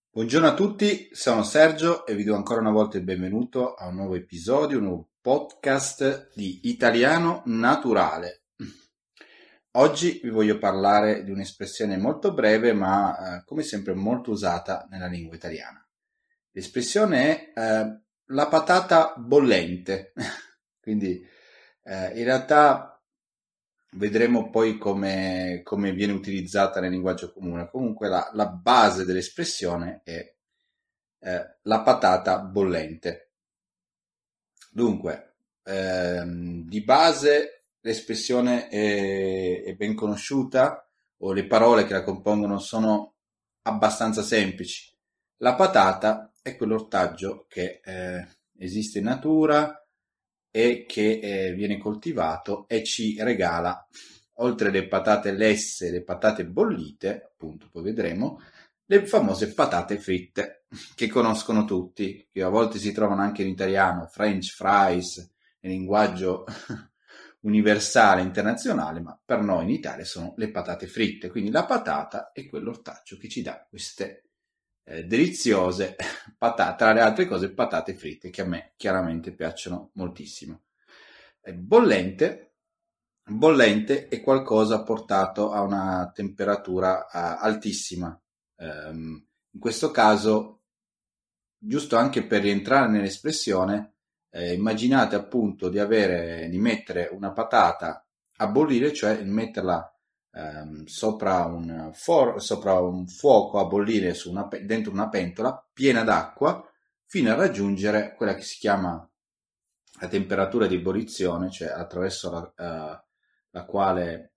Buongiorno a tutti, sono Sergio e vi do ancora una volta il benvenuto a un nuovo episodio, un nuovo podcast di Italiano Naturale. Oggi vi voglio parlare di un'espressione molto breve ma come sempre molto usata nella lingua italiana. L'espressione è la patata bollente, quindi in realtà vedremo poi come viene utilizzata nel linguaggio comune. Comunque la base dell'espressione è la patata bollente. Dunque, di base l'espressione è ben conosciuta, o le parole che la compongono sono abbastanza semplici. La patata è quell'ortaggio che esiste in natura e che viene coltivato e ci regala, oltre le patate lesse, le patate bollite, appunto, poi vedremo, le famose patate fritte che conoscono tutti, che a volte si trovano anche in italiano, French fries, in linguaggio universale, internazionale, ma per noi in Italia sono le patate fritte. Quindi la patata è quell'ortaggio che ci dà queste deliziose patate, tra le altre cose patate fritte, che a me chiaramente piacciono moltissimo. Bollente, bollente è qualcosa portato a una temperatura altissima. In questo caso, giusto anche per rientrare nell'espressione, immaginate appunto di mettere una patata a bollire, cioè di metterla sopra un fuoco a bollire dentro una pentola piena d'acqua fino a raggiungere quella che si chiama la temperatura di ebollizione, cioè attraverso la quale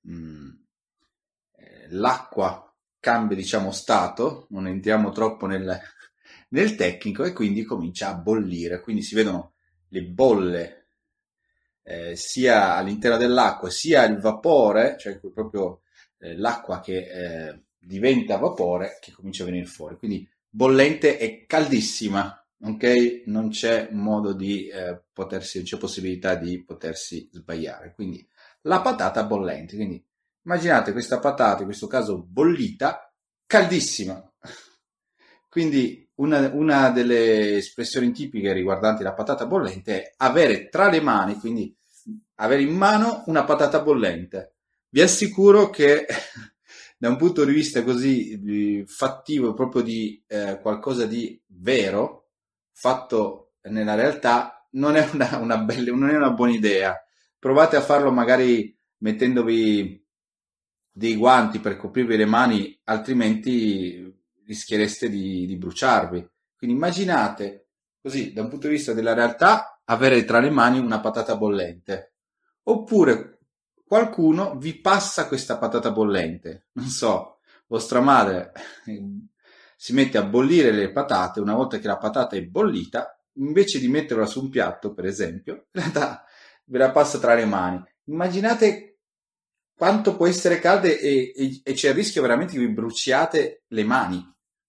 l'acqua cambia, diciamo, stato, non entriamo troppo nel tecnico, e quindi comincia a bollire, quindi si vedono le bolle sia all'interno dell'acqua sia il vapore, cioè proprio l'acqua che diventa vapore che comincia a venire fuori, quindi bollente e caldissima. Ok, non c'è modo di non c'è possibilità di potersi sbagliare. Quindi la patata bollente. Quindi immaginate questa patata, in questo caso bollita, caldissima. Quindi una delle espressioni tipiche riguardanti la patata bollente è avere tra le mani, quindi avere in mano una patata bollente. Vi assicuro che da un punto di vista così fattivo, proprio di qualcosa di vero, fatto nella realtà, non è non è una buona idea. Provate a farlo magari mettendovi dei guanti per coprirvi le mani, altrimenti rischiereste di bruciarvi. Quindi immaginate, così, da un punto di vista della realtà, avere tra le mani una patata bollente. Oppure qualcuno vi passa questa patata bollente. Non so, vostra madre si mette a bollire le patate, una volta che la patata è bollita, invece di metterla su un piatto, per esempio, in realtà ve la passa tra le mani. Immaginate quanto può essere calda e c'è il rischio veramente che vi bruciate le mani.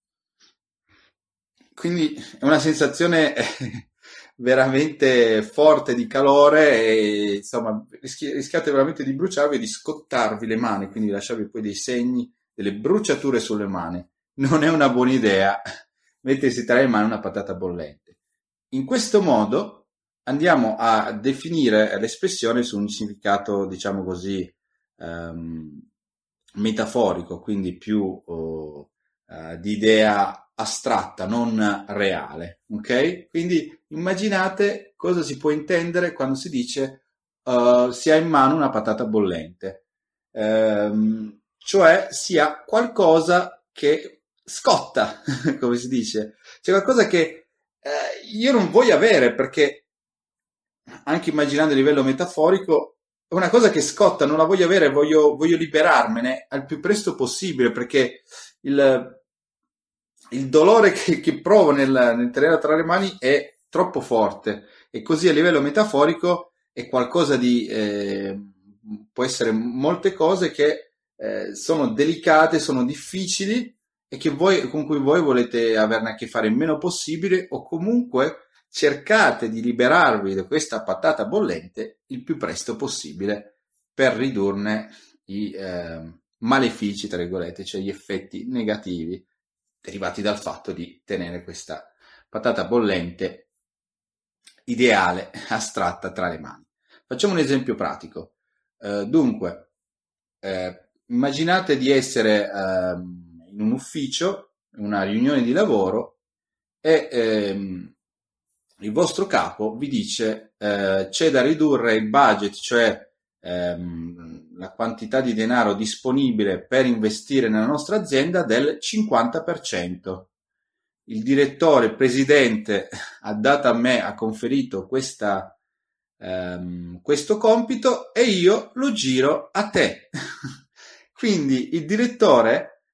Quindi è una sensazione veramente forte di calore e insomma rischiate veramente di bruciarvi e di scottarvi le mani, quindi lasciarvi poi dei segni, delle bruciature sulle mani. Non è una buona idea mettersi tra le mani una patata bollente. In questo modo andiamo a definire l'espressione su un significato, diciamo così, ehm, metaforico, quindi più di idea astratta, non reale. Ok? Quindi immaginate cosa si può intendere quando si dice si ha in mano una patata bollente. Cioè si ha qualcosa che scotta, come si dice. C'è qualcosa che io non voglio avere, perché anche immaginando a livello metaforico, è una cosa che scotta, non la voglio avere, voglio liberarmene al più presto possibile, perché il, il dolore che provo nel tenerla tra le mani è troppo forte, e così a livello metaforico è qualcosa di, può essere molte cose che sono delicate, sono difficili, e con cui voi volete averne a che fare il meno possibile, o comunque cercate di liberarvi da questa patata bollente il più presto possibile per ridurne i malefici, tra virgolette, cioè gli effetti negativi derivati dal fatto di tenere questa patata bollente ideale, astratta tra le mani. Facciamo un esempio pratico. Dunque, immaginate di essere in un ufficio, in una riunione di lavoro e il vostro capo vi dice c'è da ridurre il budget, cioè la quantità di denaro disponibile per investire nella nostra azienda del 50%. Il direttore, il presidente ha dato a me, ha conferito questo compito e io lo giro a te. Quindi il direttore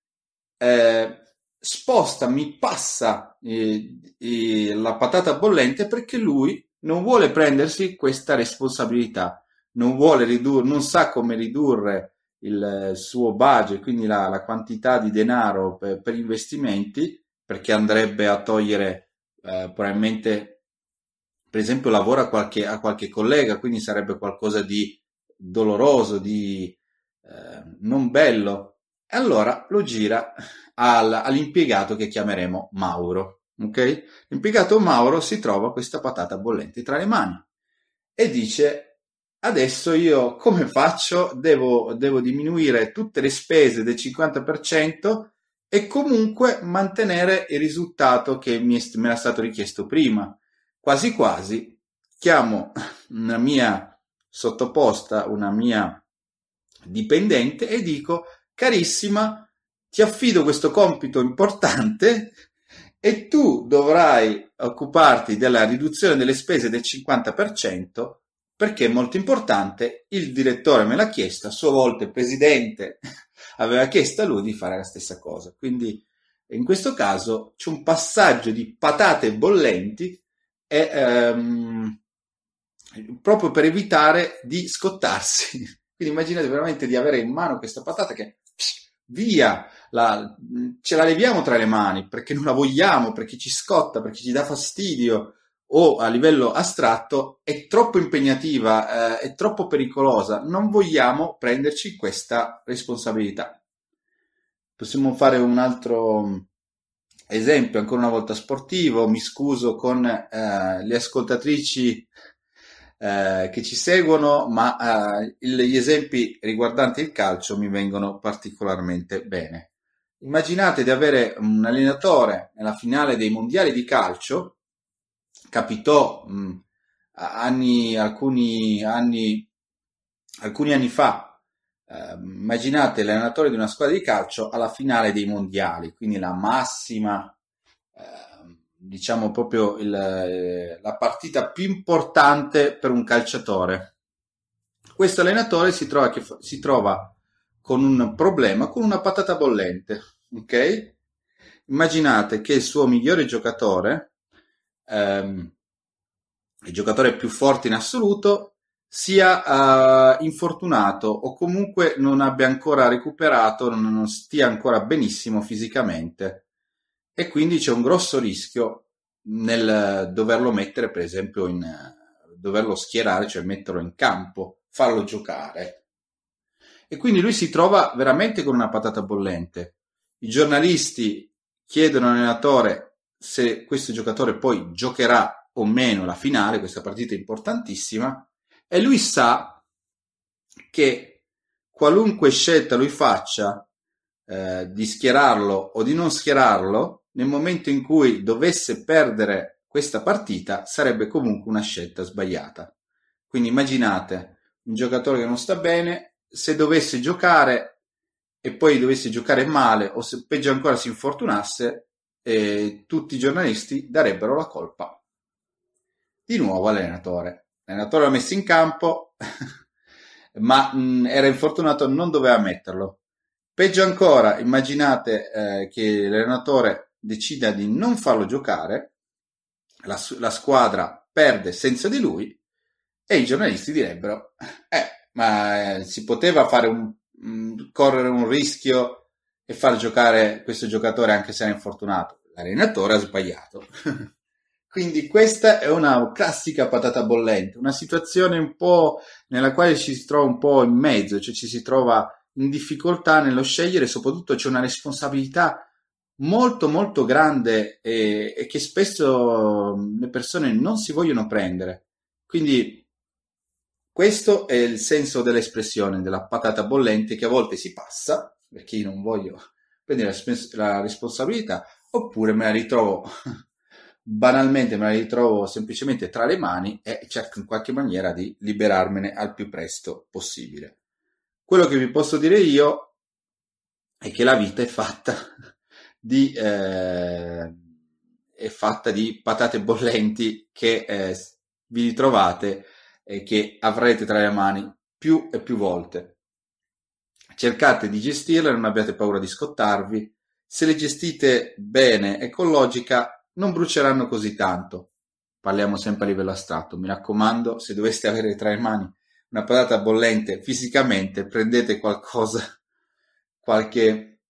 mi passa la patata bollente perché lui non vuole prendersi questa responsabilità, non sa come ridurre il suo budget, quindi la quantità di denaro per investimenti, perché andrebbe a togliere probabilmente, per esempio, lavoro a qualche collega, quindi sarebbe qualcosa di doloroso, di non bello. E allora lo gira all'impiegato che chiameremo Mauro. Ok? L'impiegato Mauro si trova questa patata bollente tra le mani e dice: adesso io come faccio? Devo diminuire tutte le spese del 50% e comunque mantenere il risultato che mi era stato richiesto prima. Quasi quasi chiamo una mia sottoposta, una mia dipendente e dico: carissima, ti affido questo compito importante e tu dovrai occuparti della riduzione delle spese del 50% perché è molto importante, il direttore me l'ha chiesto, a sua volta il presidente aveva chiesto a lui di fare la stessa cosa. Quindi in questo caso c'è un passaggio di patate bollenti proprio per evitare di scottarsi. Quindi immaginate veramente di avere in mano questa patata che via, ce la leviamo tra le mani perché non la vogliamo, perché ci scotta, perché ci dà fastidio, o a livello astratto è troppo impegnativa, è troppo pericolosa, non vogliamo prenderci questa responsabilità. Possiamo fare un altro esempio, ancora una volta sportivo. Mi scuso con le ascoltatrici che ci seguono, ma gli esempi riguardanti il calcio mi vengono particolarmente bene. Immaginate di avere un allenatore nella finale dei mondiali di calcio. Capitò alcuni anni fa. Immaginate l'allenatore di una squadra di calcio alla finale dei mondiali, quindi la massima, diciamo proprio la partita più importante per un calciatore. Questo allenatore si trova con un problema, con una patata bollente, ok? Immaginate che il suo migliore giocatore, il giocatore più forte in assoluto, sia infortunato o comunque non abbia ancora recuperato, non stia ancora benissimo fisicamente e quindi c'è un grosso rischio nel doverlo mettere, per esempio, doverlo schierare, cioè metterlo in campo, farlo giocare. E quindi lui si trova veramente con una patata bollente. I giornalisti chiedono all'allenatore se questo giocatore poi giocherà o meno la finale, questa partita importantissima, e lui sa che qualunque scelta lui faccia di schierarlo o di non schierarlo, nel momento in cui dovesse perdere questa partita, sarebbe comunque una scelta sbagliata. Quindi immaginate un giocatore che non sta bene, se dovesse giocare e poi dovesse giocare male o se peggio ancora si infortunasse, tutti i giornalisti darebbero la colpa di nuovo all'allenatore. L'allenatore l'ha messo in campo, ma era infortunato, non doveva metterlo. Peggio ancora, immaginate che l'allenatore decida di non farlo giocare, la squadra perde senza di lui e i giornalisti direbbero ma si poteva correre un rischio e far giocare questo giocatore anche se era infortunato. L'allenatore ha sbagliato. Quindi questa è una classica patata bollente, una situazione un po' nella quale ci si trova un po' in mezzo, cioè ci si trova in difficoltà nello scegliere, soprattutto c'è una responsabilità molto molto grande e che spesso le persone non si vogliono prendere. Quindi questo è il senso dell'espressione della patata bollente che a volte si passa, perché io non voglio prendere la responsabilità, oppure me la ritrovo banalmente, me la ritrovo semplicemente tra le mani e cerco in qualche maniera di liberarmene al più presto possibile. Quello che vi posso dire io è che la vita di, eh, è fatta di patate bollenti che vi ritrovate e che avrete tra le mani più e più volte. Cercate di gestirle, non abbiate paura di scottarvi. Se le gestite bene e con logica, non bruceranno così tanto. Parliamo sempre a livello astratto. Mi raccomando, se doveste avere tra le mani una patata bollente fisicamente, prendete qualcosa, qualche,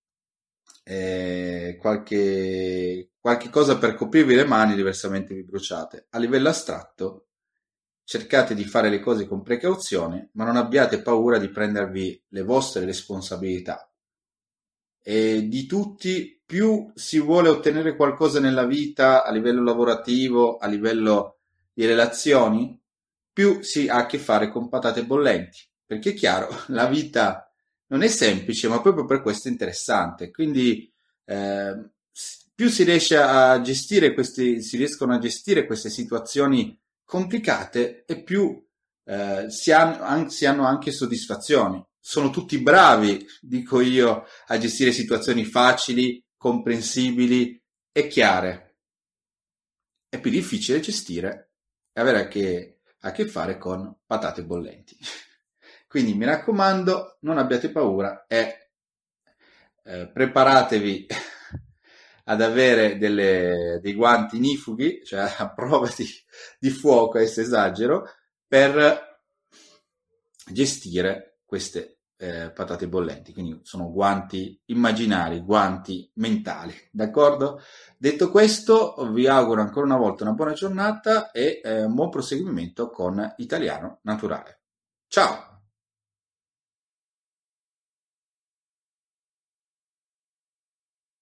qualche cosa per coprirvi le mani, diversamente vi bruciate. A livello astratto, cercate di fare le cose con precauzione, ma non abbiate paura di prendervi le vostre responsabilità. E di tutti, più si vuole ottenere qualcosa nella vita a livello lavorativo, a livello di relazioni, più si ha a che fare con patate bollenti. Perché è chiaro, la vita non è semplice, ma proprio per questo è interessante. Quindi, più si riesce a gestire si riescono a gestire queste situazioni complicate e più si hanno anche soddisfazioni. Sono tutti bravi, dico io, a gestire situazioni facili, comprensibili e chiare. È più difficile gestire e avere a che fare con patate bollenti. Quindi mi raccomando, non abbiate paura e preparatevi ad avere dei guanti nifughi, cioè a prova di fuoco, adesso esagero, per gestire queste patate bollenti. Quindi sono guanti immaginari, guanti mentali, d'accordo? Detto questo, vi auguro ancora una volta una buona giornata e un buon proseguimento con Italiano Naturale. Ciao!